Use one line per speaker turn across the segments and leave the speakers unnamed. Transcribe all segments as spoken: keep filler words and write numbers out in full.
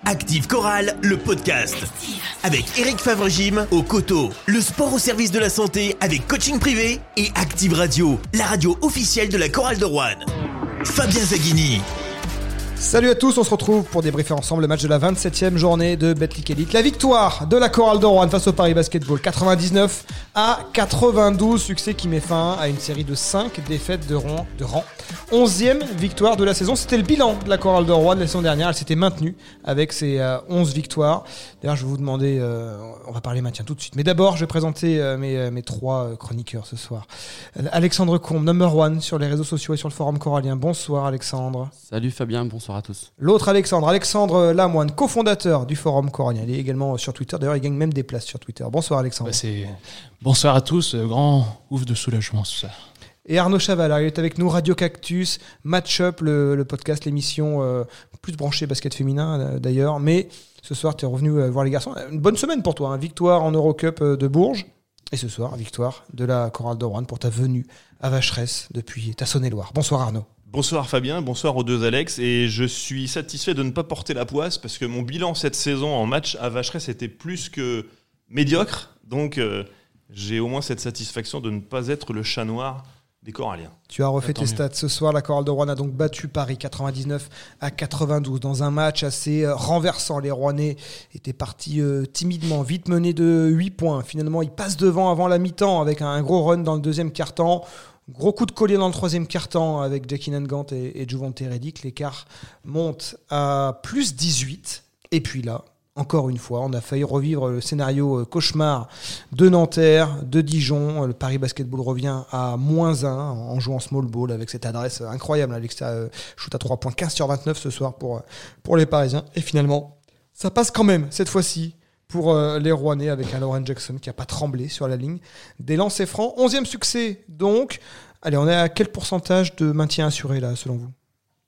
Active Chorale, le podcast. Avec Eric Favre-Gym au Coteau. Le sport au service de la santé avec coaching privé. Et Active Radio, la radio officielle de la Chorale de Roanne. Fabien Zaghini.
Salut à tous, on se retrouve pour débriefer ensemble le match de la vingt-septième journée de Betclic Elite. La victoire de la Chorale de Roanne face au Paris Basketball, quatre-vingt-dix-neuf à quatre-vingt-douze, succès qui met fin à une série de cinq défaites de rang. De rang. onzième victoire de la saison, c'était le bilan de la Chorale de Roanne la saison dernière, elle s'était maintenue avec ses euh, onze victoires. D'ailleurs je vais vous demander, euh, on va parler maintien tout de suite, mais d'abord je vais présenter euh, mes, euh, mes trois euh, chroniqueurs ce soir. Euh, Alexandre Combe, number one sur les réseaux sociaux et sur le forum corallien. Bonsoir Alexandre.
Salut Fabien, bonsoir à tous.
L'autre Alexandre, Alexandre Lamoine, cofondateur du forum corallien. Il est également sur Twitter, d'ailleurs il gagne même des places sur Twitter. Bonsoir Alexandre.
Bah c'est... Bonsoir à tous, grand ouf de soulagement ce soir.
Et Arnaud Chaval, il est avec nous, Radio Cactus, Match Up, le, le podcast, l'émission euh, plus branchée basket féminin euh, d'ailleurs. Mais ce soir, tu es revenu euh, voir les garçons. Une bonne semaine pour toi, hein. Victoire en Eurocup euh, de Bourges. Et ce soir, victoire de la Chorale de Roanne pour ta venue à Vacheresse depuis ta Saône-et-Loire. Bonsoir Arnaud.
Bonsoir Fabien, bonsoir aux deux Alex, et je suis satisfait de ne pas porter la poisse parce que mon bilan cette saison en match à Vacheresse était plus que médiocre, donc euh, j'ai au moins cette satisfaction de ne pas être le chat noir des Coralliens.
Tu as refait
Attends
tes
mieux.
stats ce soir, la Chorale de Roanne a donc battu Paris quatre-vingt-dix-neuf à quatre-vingt-douze dans un match assez euh, renversant. Les Rouennais étaient partis euh, timidement, vite menés de huit points. Finalement, ils passent devant avant la mi-temps avec un, un gros run dans le deuxième quart-temps. Gros coup de collier dans le troisième quart-temps avec Jackie Nangant et, et Juvonte Redick. L'écart monte à plus dix-huit. Et puis là, encore une fois, on a failli revivre le scénario cauchemar de Nanterre, de Dijon. Le Paris Basketball revient à moins un en jouant small ball avec cette adresse incroyable. Alex shoot à trois points, quinze sur vingt-neuf ce soir pour, pour les Parisiens. Et finalement, ça passe quand même cette fois-ci pour euh, les Rouennais avec un Lauren Jackson qui n'a pas tremblé sur la ligne des lancers francs. onzième succès donc. Allez, on est à quel pourcentage de maintien assuré là selon vous ?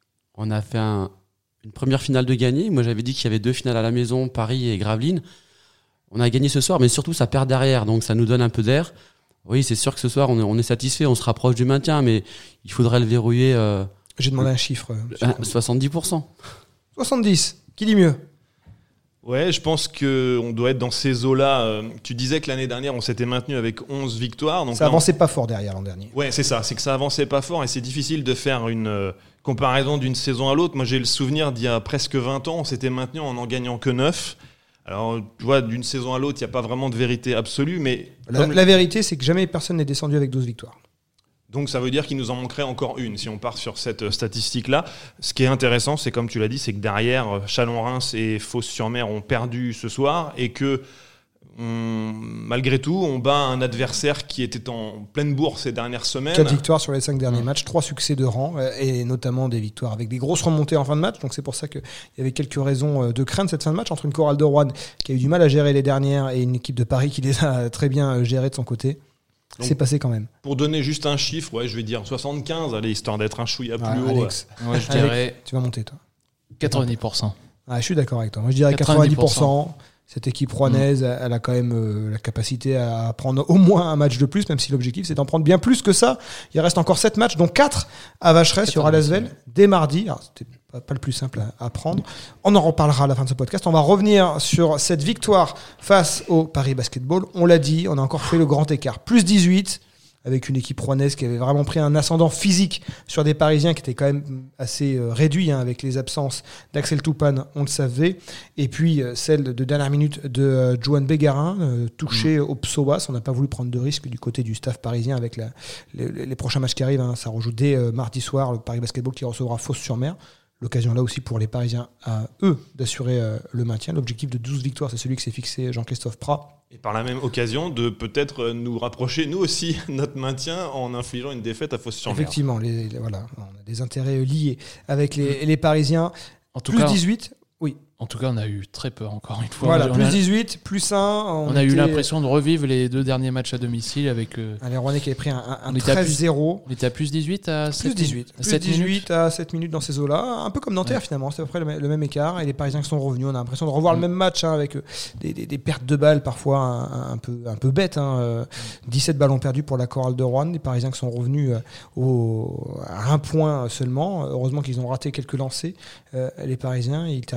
On a fait un, une première finale de gagné. Moi j'avais dit qu'il y avait deux finales à la maison, Paris et Gravelines. On a gagné ce soir, mais surtout ça perd derrière, donc ça nous donne un peu d'air. Oui, c'est sûr que ce soir on est, on est satisfait, on se rapproche du maintien, mais il faudrait le verrouiller. Euh,
J'ai demandé un chiffre.
à soixante-dix pour cent.
soixante-dix, qui dit mieux ?
Ouais, je pense qu'on doit être dans ces eaux-là. Euh, tu disais que l'année dernière, on s'était maintenu avec onze victoires. Donc
ça
là, on...
avançait pas fort derrière l'an dernier.
Ouais, c'est ça, c'est que ça avançait pas fort et c'est difficile de faire une euh, comparaison d'une saison à l'autre. Moi, j'ai le souvenir d'il y a presque vingt ans, on s'était maintenu en n'en gagnant que neuf. Alors, tu vois, d'une saison à l'autre, il n'y a pas vraiment de vérité absolue, mais...
La,
comme...
la vérité, c'est que jamais personne n'est descendu avec douze victoires.
Donc ça veut dire qu'il nous en manquerait encore une si on part sur cette statistique-là. Ce qui est intéressant, c'est comme tu l'as dit, c'est que derrière, Chalon-Reims et Fos-sur-Mer ont perdu ce soir et que on, malgré tout, on bat un adversaire qui était en pleine bourre ces dernières semaines.
quatre victoires sur les cinq derniers matchs, trois succès de rang et notamment des victoires avec des grosses remontées en fin de match. Donc c'est pour ça qu'il y avait quelques raisons de craindre cette fin de match entre une Chorale de Roanne qui a eu du mal à gérer les dernières et une équipe de Paris qui les a très bien gérées de son côté. Donc, c'est passé quand même.
Pour donner juste un chiffre, ouais, je vais dire soixante-quinze, allez, histoire d'être un chouïa plus
ah,
haut.
Alex.
Moi je
Alex,
dirais
tu vas monter toi.
quatre-vingt-dix pour cent.
Ah, je suis d'accord avec toi. Moi je dirais quatre-vingt-dix pour cent.
quatre-vingt-dix pour cent.
Cette équipe rouennaise, mmh. elle a quand même euh, la capacité à prendre au moins un match de plus, même si l'objectif c'est d'en prendre bien plus que ça. Il reste encore sept matchs, dont quatre à Vacheresse. Il y aura Lasvel dès mardi. Alors, c'était pas, pas le plus simple à, à prendre. On en reparlera à la fin de ce podcast. On va revenir sur cette victoire face au Paris Basketball. On l'a dit, on a encore fait le grand écart. Plus dix-huit. Avec une équipe rouennaise qui avait vraiment pris un ascendant physique sur des Parisiens qui étaient quand même assez euh, réduits, hein, avec les absences d'Axel Toupane, on le savait, et puis euh, celle de dernière minute de euh, Juan Bégarin, euh, touché mmh. au psoas. On n'a pas voulu prendre de risque du côté du staff parisien avec la, les, les prochains matchs qui arrivent. Hein. Ça rejoue dès euh, mardi soir, le Paris Basketball qui recevra Fos-sur-Mer. L'occasion là aussi pour les Parisiens à eux d'assurer euh, le maintien. L'objectif de douze victoires, c'est celui que s'est fixé Jean-Christophe Prat.
Et par la même occasion, de peut-être nous rapprocher, nous aussi, notre maintien en infligeant une défaite à Fos-sur-Mer.
Effectivement, les, les, voilà, on a des intérêts liés avec les, les Parisiens.
En tout
plus
cas,
dix-huit, oui.
En tout cas, on a eu très peur, encore une fois.
Voilà,
on
plus
a,
dix-huit, plus un.
On, on a
était...
eu l'impression de revivre les deux derniers matchs à domicile avec... Euh,
les Rouennais qui avaient pris un, un, un
treize
zéro.
On était à plus dix-huit à
plus dix-huit. Plus
sept
dix-huit
minutes.
à sept minutes dans ces eaux-là. Un peu comme Nanterre, ouais. Finalement. C'est à peu près le, le même écart. Et les Parisiens qui sont revenus, on a l'impression de revoir mmh. le même match, hein, avec des, des, des pertes de balles parfois un, un, peu, un peu bêtes. Hein. Euh, dix-sept ballons perdus pour la Chorale de Roanne. Les Parisiens qui sont revenus euh, au, à un point seulement. Heureusement qu'ils ont raté quelques lancers. Euh, les Parisiens, ils terminent à onze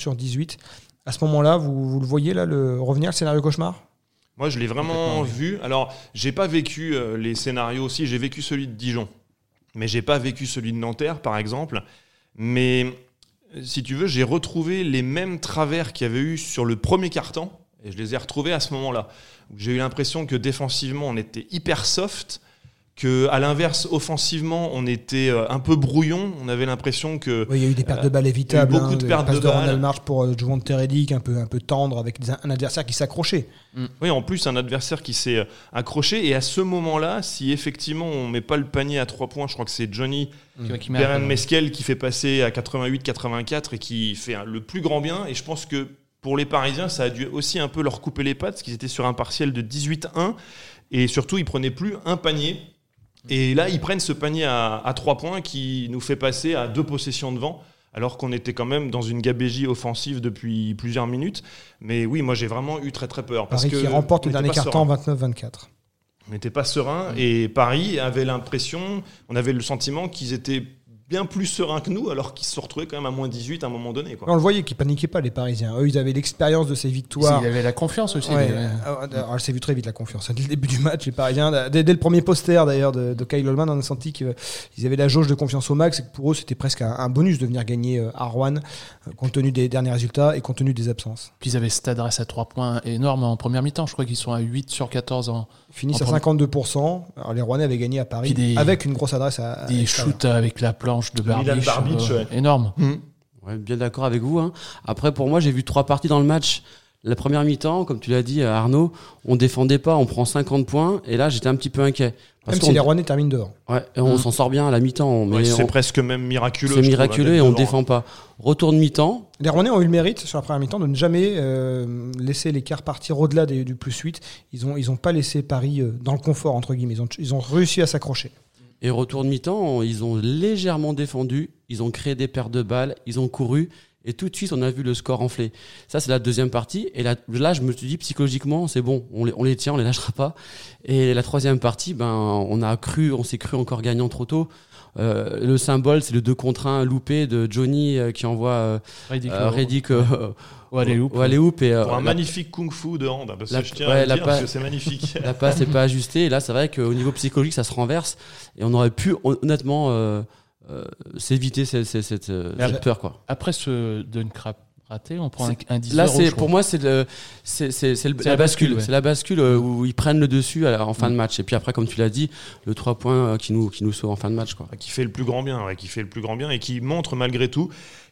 sur dix-huit. À ce moment-là, vous, vous le voyez là, le, revenir, le scénario cauchemar ?
Moi, je l'ai vraiment vu. Alors, j'ai pas vécu euh, les scénarios aussi. J'ai vécu celui de Dijon, mais j'ai pas vécu celui de Nanterre, par exemple. Mais si tu veux, j'ai retrouvé les mêmes travers qu'il y avait eu sur le premier quart-temps, et je les ai retrouvés à ce moment-là. J'ai eu l'impression que défensivement, on était hyper soft, que à l'inverse, offensivement, on était un peu brouillon. On avait l'impression que
oui, il y a eu des pertes de balles évitables,
beaucoup
hein,
de pertes
passes
de
de
balles.
Ronald March pour euh, João Teredic, un peu un peu tendre avec des, un adversaire qui s'accrochait.
Oui, en plus, un adversaire qui s'est accroché. Et à ce moment-là, si effectivement on met pas le panier à trois points, je crois que c'est Johnny
Qui- qui met
Beren
un-
Mesquel qui fait passer à quatre-vingt-huit quatre-vingt-quatre et qui fait le plus grand bien. Et je pense que pour les Parisiens, ça a dû aussi un peu leur couper les pattes, parce qu'ils étaient sur un partiel de dix-huit un. Et surtout, ils prenaient plus un panier. Et là, ils prennent ce panier à, à trois points qui nous fait passer à deux possessions devant, alors qu'on était quand même dans une gabégie offensive depuis plusieurs minutes. Mais oui, moi, j'ai vraiment eu très très peur. Parce
Paris
que
qui remporte
on
le
n'était
dernier
pas
quart-temps
serein.
vingt-neuf vingt-quatre.
On n'était pas serein et Paris avait l'impression, on avait le sentiment qu'ils étaient bien plus sereins que nous, alors qu'ils se retrouvaient quand même à moins dix-huit à un moment donné. Quoi.
On le voyait qu'ils paniquaient pas, les Parisiens. Eux, ils avaient l'expérience de ces victoires.
Il y avait la confiance aussi.
Ouais,
des-
euh, alors, elle s'est vue très vite, la confiance. Dès le début du match, les Parisiens, dès, dès le premier poster d'ailleurs de, de Kyle Holman, on a senti qu'ils avaient la jauge de confiance au max et que pour eux, c'était presque un, un bonus de venir gagner euh, à Rouen, euh, compte tenu des derniers résultats et compte tenu des absences.
Puis ils avaient cette adresse à trois points énorme en première mi-temps. Je crois qu'ils sont à huit sur quatorze en
Ils finissent
En
à
premier-
cinquante-deux pour cent. Alors, les Rouennais avaient gagné à Paris
Puis des-
avec une grosse adresse à, à
des
l'extérieur.
shoots avec la planche de
Milan
Barbic.
Barbic,
euh,
ouais.
Énorme.
Ouais, bien d'accord avec vous. Hein. Après, pour moi, j'ai vu trois parties dans le match. La première mi-temps, comme tu l'as dit, Arnaud, on défendait pas, on prend cinquante points, et là, j'étais un petit peu inquiet. Parce
Même si
qu'on-
les Rouennais terminent devant.
ouais, et on
Mm.
s'en sort bien à la mi-temps, mais
Ouais, c'est
on-
presque même miraculeux.
c'est
je trouve,
miraculeux
hein,
et on
d'être
défend pas. Retour de mi-temps,
Les Rouennais ont eu le mérite sur la première mi-temps de ne jamais euh, laisser l'écart partir au-delà des- du plus huit. Ils ont, ils ont pas laissé Paris euh, dans le confort, entre guillemets. Ils ont, ils ont réussi à s'accrocher.
et retour de mi-temps, ils ont légèrement défendu, ils ont créé des pertes de balles, ils ont couru, et tout de suite, on a vu le score enfler. Ça, c'est la deuxième partie, et là, là je me suis dit, psychologiquement, c'est bon, on les, on les tient, on les lâchera pas. Et la troisième partie, ben, on a cru, on s'est cru encore gagnant trop tôt. Euh, le symbole, c'est le deux contre un loupé de Johnny euh, qui envoie euh,
Ridicule.
euh, Reddick euh,
Ou aller
au alley-oop, et euh,
Pour un
la-
magnifique kung-fu de hand, hein, parce
la-
que je tiens
ouais,
à le
la
dire,
pa-
parce que c'est magnifique.
la passe n'est pas ajustée. Et là, c'est vrai qu'au niveau psychologique, ça se renverse. Et on aurait pu, honnêtement, euh, euh, s'éviter cette, cette, cette, euh,
Mais
cette peur, quoi.
Après ce dunk rap raté, on prend un, un dix
Là,
euros,
c'est,
je
pour
crois.
moi, c'est, le, c'est, c'est, c'est, le-
C'est
la,
la
bascule.
bascule, ouais.
C'est la bascule euh, où ils prennent le dessus à la- en fin de match. Et puis après, comme tu l'as dit, le trois points euh, qui nous, qui nous sauve en fin de match, quoi.
Qui fait le plus grand bien, ouais, qui fait le plus grand bien et qui montre malgré tout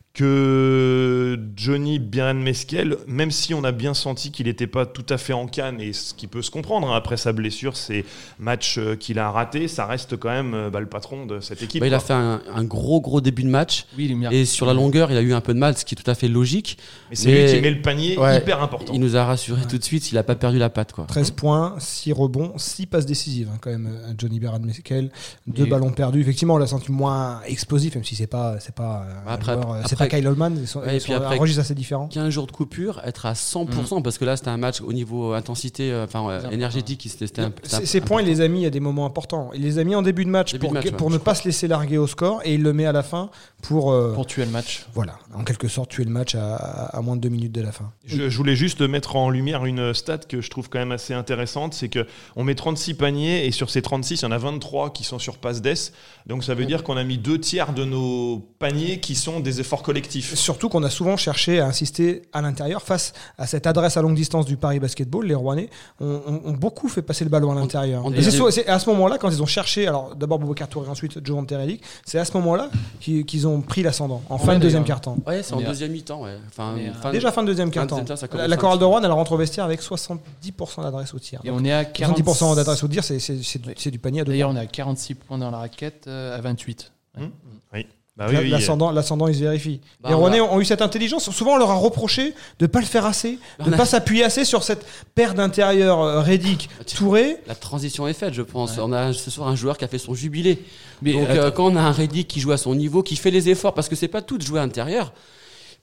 que Johnny Beren Mesquel, même si on a bien senti qu'il n'était pas tout à fait en canne, et ce qui peut se comprendre hein, après sa blessure, ces matchs euh, qu'il a ratés, ça reste quand même euh, bah, le patron de cette équipe.
Bah, il a
quoi.
fait un, un gros, gros début de match.
Oui, il est bien.
Et sur la longueur, il a eu un peu de mal, ce qui est tout à fait logique.
Mais c'est
mais-
lui qui met le panier
Ouais,
hyper important.
Il nous a rassuré tout de suite, il a pas perdu la patte, quoi.
treize points, six rebonds, six passes décisives hein, quand même à Johnny Beren Mesquel, deux
Et-
ballons perdus. Effectivement, on l'a senti moins explosif, même si c'est pas c'est pas euh, un
Après-
joueur, euh, c'est
après-
pas Kyle Holman, ils sont,
Ouais, et
ils
puis
sont
après-
un registre assez différent.
quinze jours de coupure, être à cent pour cent, parce que là, c'était un match au niveau intensité, euh, enfin, euh, énergétique, qui c'était, c'était un, c'était un-
Ces ces points, il les a mis à des moments importants. Il les a mis en début de match
Début
pour,
de match,
pour
ouais,
ne
je
pas se laisser larguer au score, et il le met à la fin pour, euh,
Pour tuer le match.
voilà, en quelque sorte tuer le match à, à moins de deux minutes de la fin.
Je, je voulais juste mettre en lumière une stat que je trouve quand même assez intéressante, c'est que on met trente-six paniers et sur ces trente-six, il y en a vingt-trois qui sont sur passe d'ess. Donc ça veut dire qu'on a mis deux tiers de nos paniers qui sont des efforts collectifs.
Surtout qu'on a souvent cherché à insister à l'intérieur face à cette adresse à longue distance du Paris Basketball. Les Rouennais ont, ont- ont beaucoup fait passer le ballon à l'intérieur.
on-
Et c'est, so- c'est à ce moment-là, quand ils ont cherché, alors d'abord Boubacar Touré, ensuite João Teredic, c'est à ce moment-là qu'ils, qu'ils ont pris l'ascendant, en fin
Ouais,
de deuxième
d'ailleurs.
quart-temps.
Ouais, c'est
On
en
est à-
deuxième mi-temps, ouais. Enfin,
on est à-
fin-
Déjà fin de deuxième
fin de
quart-temps.
deuxième temps, ça commence
La, la
un
chorale
petit
de
peu.
Rouen, elle rentre au vestiaire avec soixante-dix pour cent d'adresse au tir.
Et on est à
soixante-dix pour cent
quarante
d'adresse au tir, c'est, c'est, c'est, du- c'est du panier à deux
D'ailleurs,
points.
on a quarante-six points dans la raquette euh, à vingt-huit.
Hum oui. Bah oui,
La-
oui,
L'ascendant, l'ascendant, il se vérifie.
Bah,
les
on
Rouennais
a-
ont eu cette intelligence. Souvent, on leur a reproché de ne pas le faire assez, de
On
ne
a-
pas s'appuyer assez sur cette paire d'intérieur euh, Reddick, Touré.
La transition est faite, je pense.
Ouais.
On a ce soir un joueur qui a fait son jubilé.
Mais
Donc,
attends,
euh, quand on a un Reddick qui joue à son niveau, qui fait les efforts, parce que c'est pas tout de jouer à l'intérieur.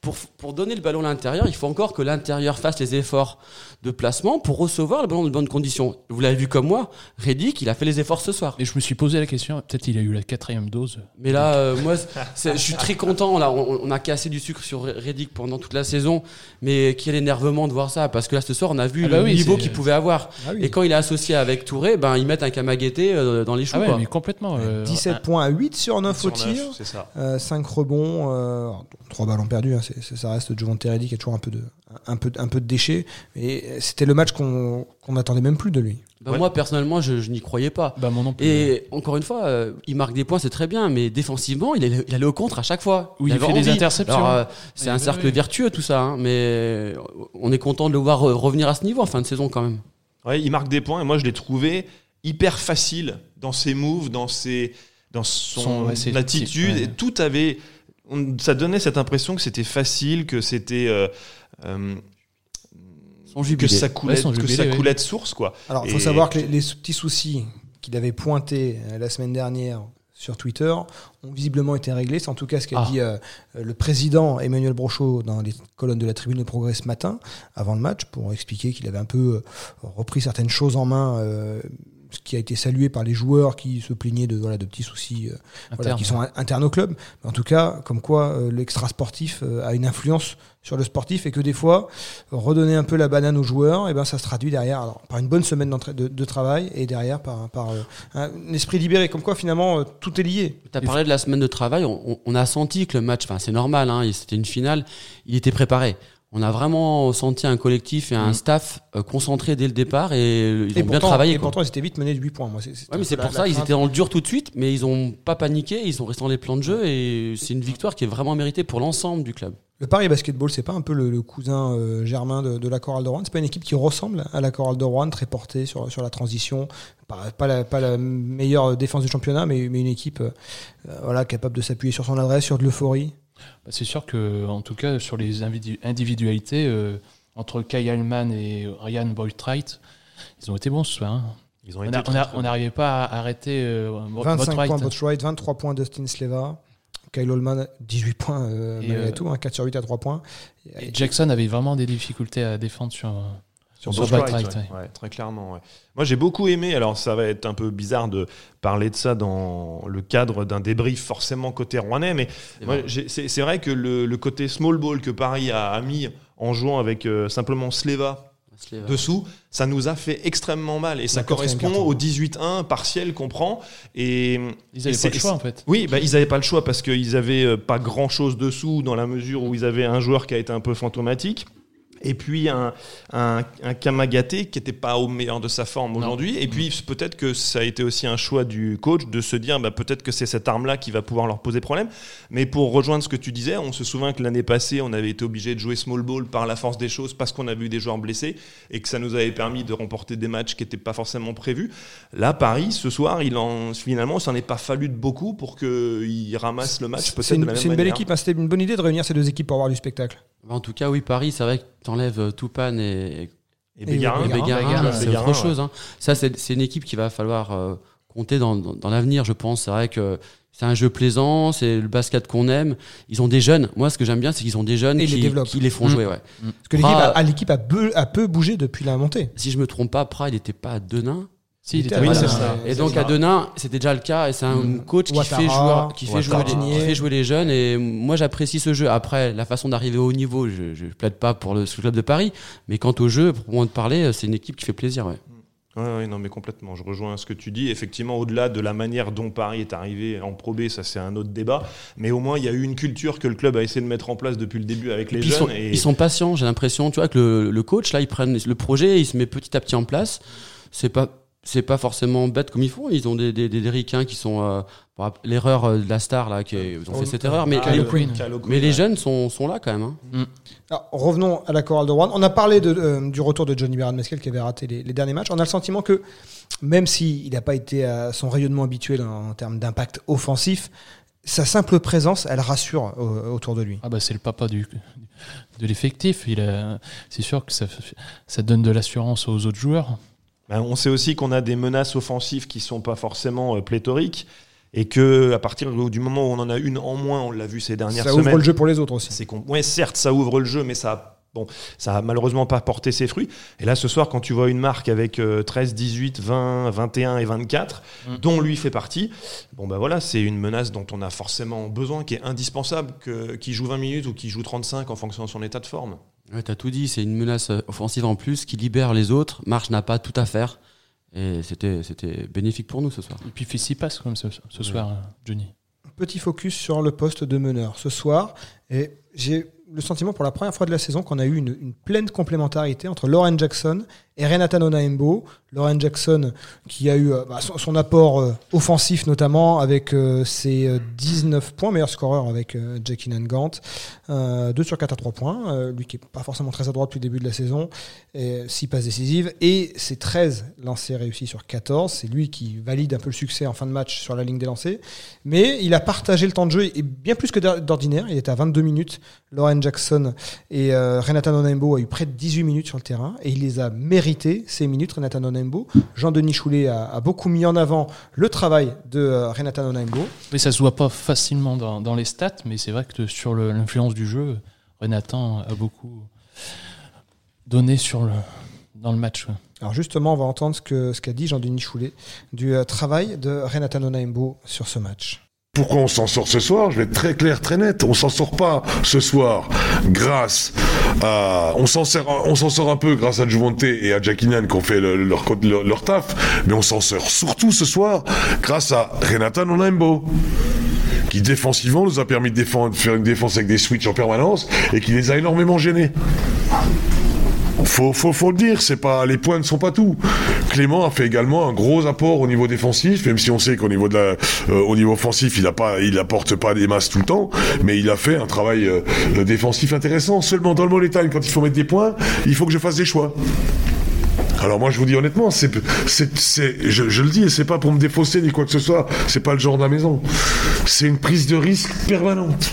pour, pour donner le ballon à l'intérieur, il faut encore que l'intérieur fasse les efforts de placement pour recevoir le ballon dans de bonnes conditions. Vous l'avez vu comme moi, Redick, il a fait les efforts ce soir.
Et je me suis posé la question, peut-être il a eu la quatrième dose.
Mais là, euh, moi, c'est, je suis très content. Là, on, on a cassé du sucre sur Redick pendant toute la saison, mais quel énervement de voir ça, parce que là, ce soir, on a vu
ah
le
bah oui,
niveau
c'est...
qu'il pouvait avoir.
Ah oui.
Et quand il est associé avec Touré, ben ils mettent un Kamagaté euh, dans les choux.
Ah ouais,
quoi.
mais complètement. Euh,
dix-sept
un...
points à huit sur neuf
Sur
au tir.
neuf, c'est ça.
Euh, cinq rebonds, euh, trois ballons perdus, hein, c'est, c'est, ça reste Jovante Redick qui a toujours un peu de, un peu, un peu de déchets. Et c'était le match qu'on qu'on n'attendait même plus de lui.
Ben
Ouais.
Moi, personnellement, je, je n'y croyais pas.
Bah, mon non plus.
Et encore une fois, euh, il marque des points, c'est très bien, mais défensivement, il, est, il allait au contre à chaque fois.
Oui, il
avait
fait des
envie.
interceptions.
Alors, euh, c'est
Oui,
un
oui,
cercle
oui.
vertueux tout ça, hein, mais on est content de le voir euh, revenir à ce niveau en fin de saison quand même.
Ouais, il marque des points et moi je l'ai trouvé hyper facile dans ses moves, dans ses, dans son,
Son- ouais, c'est-
attitude.
ouais.
Et tout avait, on- ça donnait cette impression que c'était facile, que c'était euh, euh,
Son
que
jubilé.
ça coulait,
Ouais, son
que
jubilé,
ça
oui.
coulait de source quoi.
Alors, il faut
Et-
savoir que les, les petits soucis qu'il avait pointés euh, la semaine dernière sur Twitter ont visiblement été réglés. C'est en tout cas ce qu'a
Ah.
dit euh, le président Emmanuel Brochot dans les colonnes de la Tribune de Progrès ce matin, avant le match, pour expliquer qu'il avait un peu euh, repris certaines choses en main, euh, ce qui a été salué par les joueurs qui se plaignaient de, voilà, de petits soucis euh, voilà,
Interne.
qui sont in- internes au club. Mais en tout cas, comme quoi euh, l'extra sportif euh, a une influence sur le sportif et que des fois, redonner un peu la banane aux joueurs, et ben ça se traduit derrière alors, par une bonne semaine d'entra- de, de travail et derrière par, par euh, un esprit libéré. Comme quoi, finalement, euh, tout est lié.
Tu as parlé de la semaine de travail, on, on- on a senti que le match, enfin c'est normal, hein, c'était une finale, il était préparé. On a vraiment senti un collectif et un
Mm.
staff euh, concentré dès le départ et euh, ils
et
ont bien
pourtant,
travaillé.
Et
quoi.
pourtant, ils étaient vite menés de huit points. Moi, c'est, c'est
Ouais, mais c'est
la-
pour
la
ça, ils
crainte.
étaient dans le dur tout de suite, mais ils ont pas paniqué, ils sont restés dans les plans de jeu et c'est une victoire qui est vraiment méritée pour l'ensemble du club.
Le Paris Basketball, c'est pas un peu le, le cousin euh, germain de, de la Chorale de Rouen. C'est pas une équipe qui ressemble à la Chorale de Rouen, très portée sur, sur la transition. Pas, pas, la, pas la meilleure défense du championnat, mais, mais une équipe euh, voilà, capable de s'appuyer sur son adresse, sur de l'euphorie.
Bah, c'est sûr que, en tout cas, sur les individu- individualités, euh, entre Kai Allman et Ryan Boytright, ils ont été bons ce soir. Hein.
Ils ont
On
été
a-
très,
on a-
très
on n'arrivait pas à arrêter euh, Bo-
vingt-cinq
Boatwright.
points Boatwright, vingt-trois points Dustin Sleva. Kyle Holman, dix-huit points euh,
Et,
malgré
euh,
tout, hein, quatre sur huit à trois points.
Et Jackson avait vraiment des difficultés à défendre sur,
Sur
sur
Boatwright,
Boatwright,
ouais.
ouais.
Ouais, très clairement. Ouais. Moi, j'ai beaucoup aimé. Alors, ça va être un peu bizarre de parler de ça dans le cadre d'un débrief forcément côté rouennais, mais
C'est
moi,
vrai.
j'ai- c'est, c'est vrai que le, le côté small ball que Paris a, a mis en jouant avec euh, simplement Sleva
Sleva.
dessous, ça nous a fait extrêmement mal et ça
La quatrième
correspond
carton.
au dix-huit un partiel qu'on prend. Et
Ils n'avaient
et
pas
c'est-
le choix, en fait.
oui, bah, ils n'avaient pas le choix parce qu'ils n'avaient euh, pas grand-chose dessous dans la mesure où ils avaient un joueur qui a été un peu fantomatique. Et puis un, un, un Kamagaté qui n'était pas au meilleur de sa forme aujourd'hui. Et puis peut-être que ça a été aussi un choix du coach de se dire bah, peut-être que c'est cette arme-là qui va pouvoir leur poser problème. Mais pour rejoindre ce que tu disais, on se souvient que l'année passée, on avait été obligé de jouer small ball par la force des choses parce qu'on avait eu des joueurs blessés et que ça nous avait permis de remporter des matchs qui n'étaient pas forcément prévus. Là, Paris, ce soir, il en, finalement, ça n'est pas fallu de beaucoup pour qu'ils ramassent le match peut-être
C'est
de
une,
la même
c'est une belle
manière.
équipe, hein. C'était une bonne idée de réunir ces deux équipes pour avoir du spectacle.
En tout cas, oui, Paris, c'est vrai que t'enlèves euh, Toupane et,
Et Bégarin,
et
Bégarin,
Bégarin,
Bégarin,
c'est
Bégarin,
autre
ouais.
chose. Hein. Ça, c'est, c'est une équipe qu'il va falloir euh, compter dans, dans, dans l'avenir, je pense. C'est vrai que c'est un jeu plaisant, c'est le basket qu'on aime. Ils ont des jeunes. Moi, ce que j'aime bien, c'est qu'ils ont des jeunes
Et ils les
qui,
développent.
qui les font
Mmh.
jouer. Ouais.
Parce que l'équipe,
Ah.
a, a- l'équipe a, peu, a peu bougé depuis la montée.
Si je me trompe pas, Pride n'était pas à Denain.
Si, il
Oui,
était
c'est
voilà.
ça.
Et
c'est
donc
ça.
à Denain, c'était déjà le cas. Et c'est un
Mmh.
coach qui
Ouattara,
fait, joueur, qui, fait jouer les,
Ouattara.
qui fait jouer les jeunes. Et moi, j'apprécie ce jeu. Après, la façon d'arriver au haut niveau, je, je plaide pas pour le, ce club de Paris. Mais quant au jeu, pour moi de parler, c'est une équipe qui fait plaisir. Ouais.
Ouais, ouais, non, mais complètement. Je rejoins ce que tu dis. Effectivement, au-delà de la manière dont Paris est arrivé en Pro B, ça c'est un autre débat. Mais au moins, il y a eu une culture que le club a essayé de mettre en place depuis le début avec
Et
les
puis, ils,
jeunes.
sont,
et...
ils sont patients. J'ai l'impression, tu vois, que le, le coach là, ils prennent le projet, il se met petit à petit en place. C'est pas c'est pas forcément bête comme ils font. Ils ont des des, des, des ricains qui sont euh, pour rapp- l'erreur euh, de la star là, qui est- ils ont fait cette erreur. Mais
Ah,
les,
le-
Queen.
Kylo Queen,
mais les
ouais.
jeunes sont sont là quand même. Hein.
Alors, revenons à la Chorale de Rouen. On a parlé de, euh, du retour de Johnny Beran Mesquel qui avait raté les, les derniers matchs. On a le sentiment que, même s'il n'a pas été à son rayonnement habituel en, en termes d'impact offensif, sa simple présence, elle rassure euh, autour de lui.
Ah bah c'est le papa du, de l'effectif. Il a, c'est sûr que ça, ça donne de l'assurance aux autres joueurs.
Ben, on sait aussi qu'on a des menaces offensives qui sont pas forcément euh, pléthoriques. Et que à partir du moment où on en a une en moins, on l'a vu ces dernières
ça
semaines.
Ça ouvre le jeu pour les autres aussi.
C'est con... Ouais, certes, ça ouvre le jeu, mais ça, bon, ça a malheureusement pas porté ses fruits. Et là, ce soir, quand tu vois une marque avec euh, treize, dix-huit, vingt, vingt et un et vingt-quatre, mmh. dont lui fait partie, bon ben voilà, c'est une menace dont on a forcément besoin, qui est indispensable, que qu'il joue vingt minutes ou qu'il joue trente-cinq en fonction de son état de forme.
Ouais, t'as tout dit. C'est une menace offensive en plus qui libère les autres. Marche n'a pas tout à faire. Et c'était, c'était bénéfique pour nous ce soir.
Et puis il fait six passes comme ce, ce ouais. soir, Johnny.
Petit focus sur le poste de meneur ce soir. Et j'ai le sentiment pour la première fois de la saison qu'on a eu une, une pleine complémentarité entre Lauren Jackson et Renata Onaembo. Lauren Jackson qui a eu euh, bah, son, son apport euh, offensif notamment avec euh, ses euh, dix-neuf points, meilleur scoreur avec euh, Jackie Nangant, euh, deux sur quatre à trois points, euh, lui qui n'est pas forcément très à droite depuis le début de la saison, et six passes décisives et ses treize lancers réussis sur quatorze. C'est lui qui valide un peu le succès en fin de match sur la ligne des lancers, mais il a partagé le temps de jeu et bien plus que d'ordinaire. Il était à vingt-deux minutes, Lauren Jackson, et euh, Renata Onaembo a eu près de dix-huit minutes sur le terrain et il les a mérité ces minutes. Renata Onaembo, Jean-Denis Choulet a, a beaucoup mis en avant le travail de euh, Renata Onaembo.
Mais ça se voit pas facilement dans, dans les stats, mais c'est vrai que sur le, l'influence du jeu, Renata a beaucoup donné sur le, dans le match. Ouais.
Alors justement, on va entendre ce, que, ce qu'a dit Jean-Denis Choulet du euh, travail de Renata Onaembo sur ce match.
Pourquoi on s'en sort ce soir ? Je vais être très clair, très net. On s'en sort pas ce soir grâce à... On s'en sort, on s'en sort un peu grâce à Juvonte et à Jackie Nan qui ont fait le, leur, leur, leur taf, mais on s'en sort surtout ce soir grâce à Renata Onaembo, qui défensivement nous a permis de, défendre, de faire une défense avec des switches en permanence et qui les a énormément gênés. Faut, faut, faut le dire, c'est pas, les points ne sont pas tout. Clément a fait également un gros apport au niveau défensif, même si on sait qu'au niveau de la, euh, au niveau offensif, il a pas, il apporte pas des masses tout le temps, mais il a fait un travail euh, défensif intéressant. Seulement dans le money time, quand il faut mettre des points, il faut que je fasse des choix. Alors moi je vous dis honnêtement, c'est, c'est, c'est, je, je le dis, et c'est pas pour me défausser ni quoi que ce soit, c'est pas le genre de la maison. C'est une prise de risque permanente.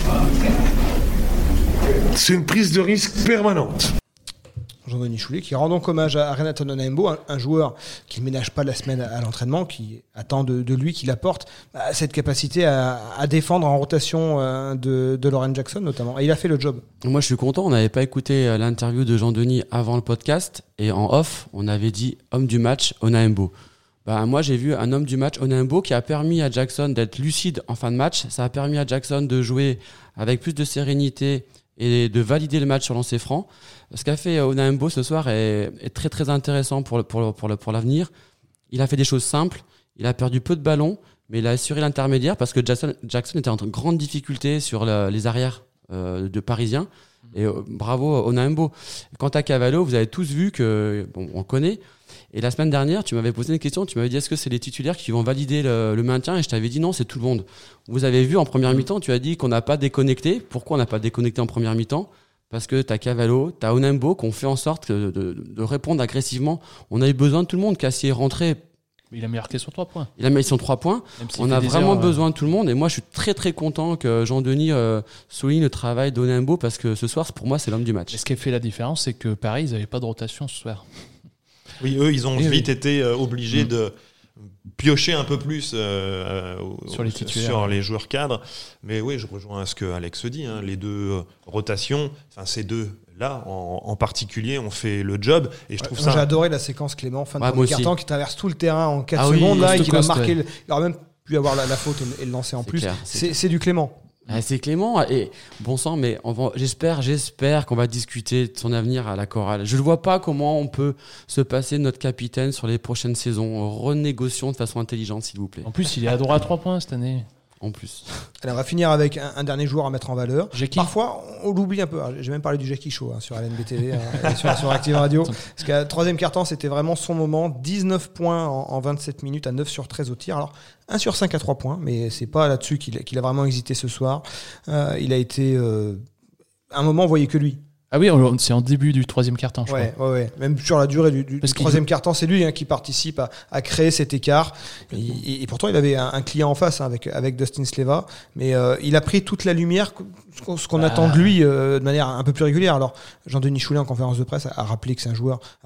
C'est une prise de risque permanente.
Jean-Denis Choulet, qui rend donc hommage à Renata Onaembo, un, un joueur qui ne ménage pas la semaine à, à l'entraînement, qui attend de, de lui qu'il apporte bah, cette capacité à, à défendre en rotation euh, de, de Lauren Jackson notamment. Et il a fait le job.
Moi je suis content, on n'avait pas écouté l'interview de Jean-Denis avant le podcast, et en off, on avait dit homme du match Onaembo. Bah, moi j'ai vu un homme du match Onaembo qui a permis à Jackson d'être lucide en fin de match, ça a permis à Jackson de jouer avec plus de sérénité et de valider le match sur lancer franc. Ce qu'a fait Onaembo ce soir est, est très très intéressant pour, le, pour, le, pour, le, pour l'avenir. Il a fait des choses simples, il a perdu peu de ballons, mais il a assuré l'intermédiaire parce que Jackson, Jackson était en grande difficulté sur le, les arrières euh, de Parisiens. Et euh, bravo Onaembo. Quant à Cavallo, vous avez tous vu que, bon, on connaît. Et la semaine dernière, tu m'avais posé une question, tu m'avais dit est-ce que c'est les titulaires qui vont valider le, le maintien ? Et je t'avais dit non, c'est tout le monde. Vous avez vu en première mi-temps, tu as dit qu'on n'a pas déconnecté. Pourquoi on n'a pas déconnecté en première mi-temps ? Parce que t'as Cavallo, t'as Onaembo qui ont fait en sorte de, de, de répondre agressivement. On a eu besoin de tout le monde. Cassier est rentré.
Il a marqué sur trois points.
Il a mis son trois points. On a vraiment heures, besoin euh... de tout le monde. Et moi, je suis très très content que Jean-Denis euh, souligne le travail d'Onaembo parce que ce soir, pour moi, c'est l'homme du match.
Et ce qui a fait la différence, c'est que Paris, ils n'avaient pas de rotation ce soir.
Oui, eux, ils ont
oui,
vite
oui.
été euh, obligés mmh. de piocher un peu plus euh,
sur, les
sur les joueurs cadres. Mais oui, je rejoins ce que Alex dit. Hein, les deux euh, rotations, enfin ces deux là en, en particulier, ont fait le job. Et je trouve
ouais,
ça.
J'ai adoré la séquence Clément, fin de
ouais,
carton, qui traverse tout le terrain en quatre
ah
secondes
oui,
là, et qui va marquer.
ouais.
Le... Il aurait même pu avoir la, la faute et, et le lancer en
c'est
plus.
Clair, c'est,
c'est, c'est du Clément.
Ah, c'est Clément et bon sang, mais on va, j'espère, j'espère qu'on va discuter de son avenir à la chorale. Je ne vois pas comment on peut se passer de notre capitaine sur les prochaines saisons. Renégocions de façon intelligente, s'il vous plaît.
En plus, il est à droit à trois points cette année.
En plus.
Alors, on va finir avec un, un dernier joueur à mettre en valeur.
Jackie.
Parfois, on l'oublie un peu. Alors, j'ai même parlé du Jackie Show hein, sur L N B T V, hein, sur, sur Active Radio. Parce qu'à troisième quart-temps, c'était vraiment son moment. dix-neuf points en, en vingt-sept minutes à neuf sur treize au tir. Alors, un sur cinq à trois points, mais c'est pas là-dessus qu'il, qu'il a vraiment hésité ce soir. Euh, il a été... Euh, à un moment, on voyait que lui.
Ah oui, c'est en début du troisième quart-temps, je
ouais,
crois.
Ouais, ouais. Même sur la durée du, du, du troisième veut... quart-temps, c'est lui hein, qui participe à, à créer cet écart. Et, et, et pourtant, il avait un, un client en face hein, avec, avec Dustin Sleva, mais euh, il a pris toute la lumière, ce qu'on ah. attend de lui euh, de manière un peu plus régulière. Alors, Jean-Denis Choulet, en conférence de presse, a, a rappelé que c'est un joueur... Ah,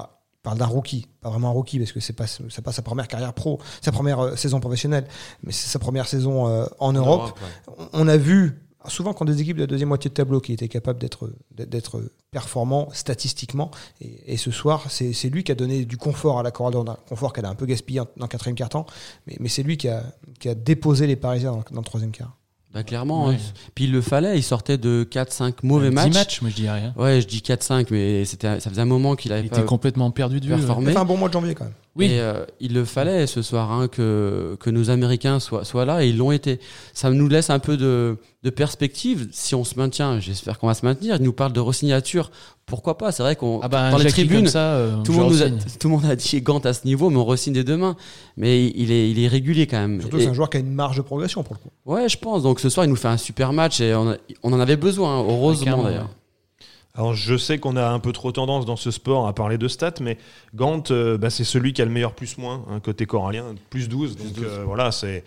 parle d'un rookie, pas vraiment un rookie parce que c'est pas c'est pas sa première carrière pro, sa première euh, saison professionnelle, mais c'est sa première saison euh, en, en Europe. Europe ouais. On a vu souvent quand des équipes de la deuxième moitié de tableau qui étaient capables d'être d'être performants statistiquement, et, et ce soir c'est c'est lui qui a donné du confort à la Chorale de Rouen, confort qu'elle a un peu gaspillé dans le quatrième quart-temps, mais mais c'est lui qui a qui a déposé les Parisiens dans, dans le troisième quart.
Bah clairement,
ouais.
hein. Puis il le fallait, il sortait de quatre cinq mauvais matchs.
dix matchs, moi je dis rien.
Ouais, je dis quatre cinq, mais c'était, ça faisait un moment qu'il avait
il
pas
était complètement perdu de vue.
performé.
Il a fait un bon mois de janvier quand même.
Oui. Et euh, il le fallait ce soir hein, que que nos Américains soient soient là, et ils l'ont été. Ça nous laisse un peu de de perspective si on se maintient. J'espère qu'on va se maintenir. Il nous parle de re-signature. Pourquoi pas? C'est vrai qu'on
ah bah,
dans les tribunes,
ça, euh,
tout le monde nous a, tout le monde a dit Gant à ce niveau, mais on re-signe des deux mains. Mais il est il est régulier quand même.
Surtout
et,
c'est un joueur qui a une marge de progression pour le coup.
Ouais, je pense. Donc ce soir, il nous fait un super match et on, a, on en avait besoin, hein, heureusement ouais, d'ailleurs.
Alors je sais qu'on a un peu trop tendance dans ce sport à parler de stats, mais Gant, euh, bah, c'est celui qui a le meilleur plus-moins, hein, côté corallien, plus douze. Donc euh, voilà, c'est...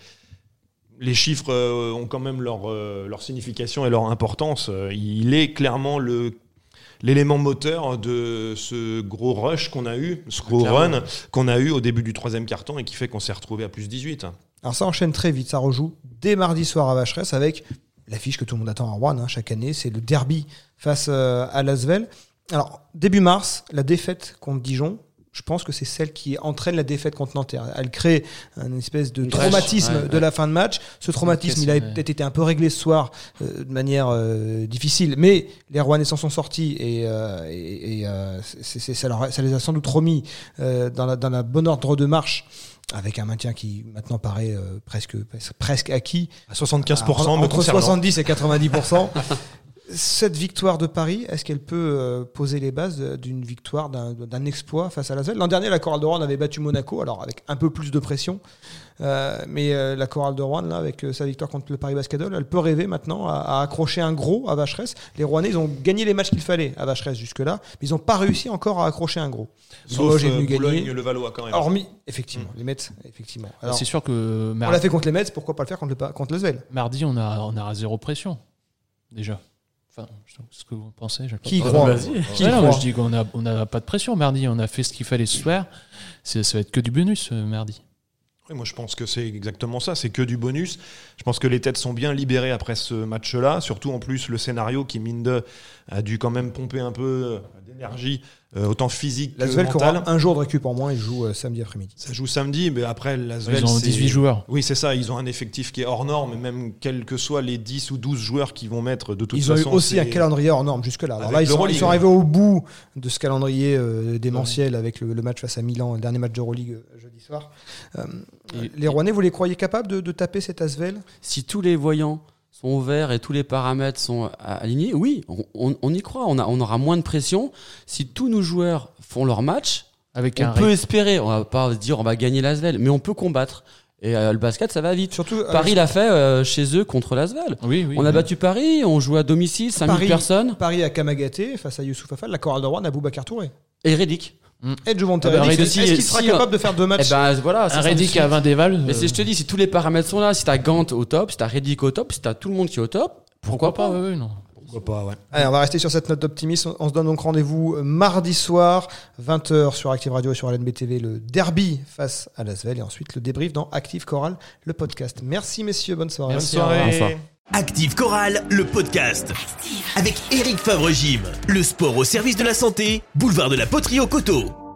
les chiffres euh, ont quand même leur, euh, leur signification et leur importance. Euh, il est clairement le... l'élément moteur de ce gros rush qu'on a eu, ce gros run qu'on a eu au début du troisième quart-temps et qui fait qu'on s'est retrouvé à plus dix-huit.
Alors ça enchaîne très vite, ça rejoue dès mardi soir à Vacheresse avec l'affiche que tout le monde attend à Rouen hein, chaque année, c'est le derby face euh, à Lasvel. Alors début mars, la défaite contre Dijon, je pense que c'est celle qui entraîne la défaite contre Nanterre. Elle crée une espèce de traumatisme ouais, ouais. de la fin de match. Ce traumatisme, il a peut-être été un peu réglé ce soir euh, de manière euh, difficile, mais les Rouennais s'en sont sortis et, euh, et, et euh, c'est, c'est, ça, leur, ça les a sans doute remis euh, dans, la, dans la bonne ordre de marche, avec un maintien qui maintenant paraît euh, presque, presque acquis.
À soixante-quinze pour cent,
à, entre soixante-dix et quatre-vingt-dix pour cent. Cette victoire de Paris, est-ce qu'elle peut euh, poser les bases d'une victoire, d'un, d'un exploit face à Lasvel? L'an dernier, la Chorale de Rouen avait battu Monaco, alors avec un peu plus de pression. Euh, mais euh, la Chorale de Rouen, là, avec euh, sa victoire contre le Paris Basketball, elle peut rêver maintenant à, à accrocher un gros à Vacheresse. Les Rouennais, ils ont gagné les matchs qu'il fallait à Vacheresse jusque-là, mais ils n'ont pas réussi encore à accrocher un gros.
Sauf euh, Boulogne-le-Valois quand même.
Hormis, effectivement, mmh. les Mets, effectivement.
Alors, c'est sûr que
Mar- on l'a fait contre les Mets, pourquoi pas le faire contre, le, contre Lasvel?
Mardi, on a, on a zéro pression, déjà. Enfin, ce que vous pensez, je
Qui croit
Qui ouais, croit non, je dis qu'on a, on n'a pas de pression mardi, on a fait ce qu'il fallait ce soir. C'est, ça va être que du bonus euh, mardi.
Oui, moi je pense que c'est exactement ça, c'est que du bonus. Je pense que les têtes sont bien libérées après ce match-là, surtout en plus le scénario qui mine de a dû quand même pomper un peu d'énergie, euh, autant physique
Lasvel
que mentale.
Un jour de récup en moins, ils jouent euh, samedi après-midi.
Ça joue samedi, mais après Lasvel,
ils ont dix-huit joueurs.
Oui, c'est ça, ils ont un effectif qui est hors norme, et même quels que soient les dix ou douze joueurs qui vont mettre de toute
ils
façon.
Ils ont eu aussi
c'est...
un calendrier hors norme jusque-là. Alors là, ils sont, ils sont arrivés au bout de ce calendrier euh, démentiel ouais. avec le, le match face à Milan, le dernier match d'Euroleague euh, jeudi soir. Euh, et, les Rouennais, vous les croyez capables de, de taper cet Lasvel?
Si tous les voyants sont ouverts et tous les paramètres sont alignés, oui, on, on, on y croit. On, a, on aura moins de pression. Si tous nos joueurs font leur match, avec on un peut ré... espérer. On va pas se dire on va gagner Lasvel, mais on peut combattre. Et euh, le basket, ça va vite. Surtout, Paris euh, l'a fait euh, chez eux contre Lasvel.
Oui, oui,
on a
oui.
battu Paris, on joue à domicile, cinq mille personnes.
Paris à Kamagaté face à Youssouf Afal, la Chorale de Rouen à Aboubacar Touré.
Et Reddick.
Mmh. Et Juvonte ah ben, Reddick, est-ce qu'il sera si, capable de faire deux matchs?
Eh ben, voilà,
un Reddick à vingt déval.
Mais c'est, je te dis, si tous les paramètres sont là, si t'as Gant au top, si t'as Reddick au top, si t'as tout le monde qui est au top, pourquoi, pourquoi pas,
pas ouais, non.
Pourquoi pas, ouais.
Allez, on va rester sur cette note d'optimisme. On se donne donc rendez-vous mardi soir, vingt heures sur Active Radio et sur L N B T V, le derby face à Lasvel et ensuite le débrief dans Active Chorale, le podcast. Merci messieurs, bonne soirée.
Bonne soirée. Bonne soirée.
Active Chorale, le podcast. Avec Eric Favre-Gym. Le sport au service de la santé, boulevard de la Poterie au Coteau.